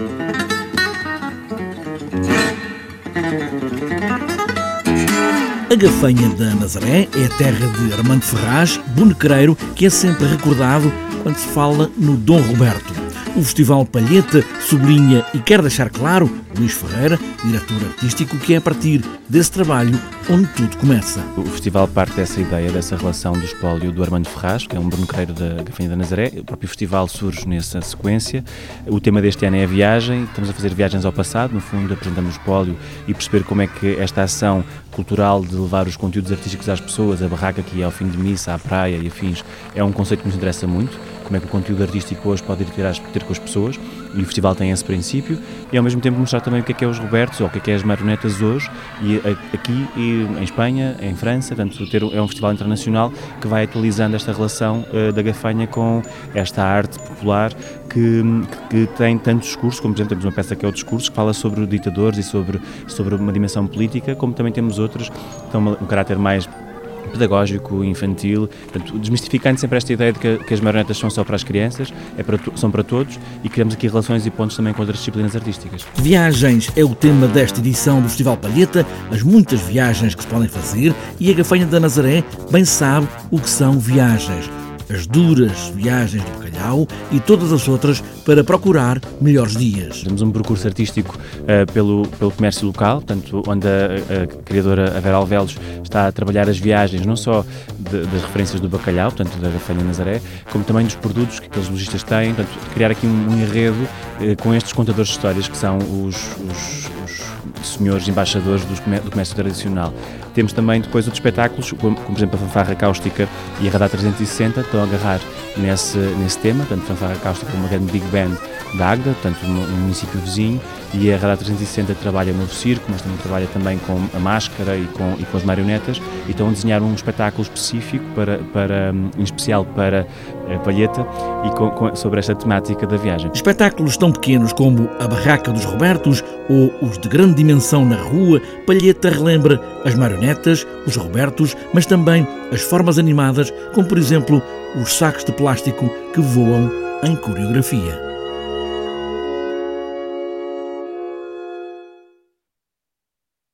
A Gafanha da Nazaré é a terra de Armando Ferraz, bonequeiro, que é sempre recordado quando se fala no Dom Roberto. O Festival Palheta sublinha e quer deixar claro, Luís Ferreira, diretor artístico, que é a partir desse trabalho onde tudo começa. O festival parte dessa ideia, dessa relação do espólio do Armando Ferraz, que é um bonequeiro da Gafanha da Nazaré. O próprio festival surge nessa sequência. O tema deste ano é a viagem. Estamos a fazer viagens ao passado, no fundo apresentamos o espólio e perceber como é que esta ação cultural de levar os conteúdos artísticos às pessoas, a barraca que é ao fim de missa, à praia e afins, é um conceito que nos interessa muito. Como é que o conteúdo artístico hoje pode ir ter com as pessoas, e o festival tem esse princípio, e ao mesmo tempo mostrar também o que é os Robertos, ou o que é as marionetas hoje, e aqui e em Espanha, em França. Portanto, é um festival internacional que vai atualizando esta relação da Gafanha com esta arte popular que tem tantos discursos, como por exemplo temos uma peça que é o Discurso, que fala sobre ditadores e sobre uma dimensão política, como também temos outras que têm um caráter mais pedagógico, infantil, portanto, desmistificando sempre esta ideia de que as marionetas são só para as crianças, são para todos, e criamos aqui relações e pontos também com outras disciplinas artísticas. Viagens é o tema desta edição do Festival Palheta, as muitas viagens que se podem fazer, e a Gafanha da Nazaré bem sabe o que são viagens. As duras viagens do bacalhau e todas as outras para procurar melhores dias. Temos um percurso artístico pelo comércio local, portanto, onde a criadora Vera Alvelos está a trabalhar as viagens, não só das referências do bacalhau, portanto, da Gafanha Nazaré, como também dos produtos que aqueles lojistas têm, portanto, criar aqui um enredo com estes contadores de histórias que são os senhores embaixadores do comércio tradicional. Temos também depois outros espetáculos, como por exemplo a Fanfarra Cáustica e a Radar 360, estão a agarrar nesse tema. Portanto, a Fanfarra Cáustica é uma grande big band da Águeda, portanto um município vizinho, e a Radar 360 trabalha no circo, mas também trabalha também com a máscara e com as marionetas, e estão a desenhar um espetáculo específico, em especial para a Palheta, e sobre esta temática da viagem. Espetáculos tão pequenos como a Barraca dos Robertos ou os de grande dimensão na rua, Palheta relembra as marionetas, os Robertos, mas também as formas animadas, como por exemplo os sacos de plástico que voam em coreografia.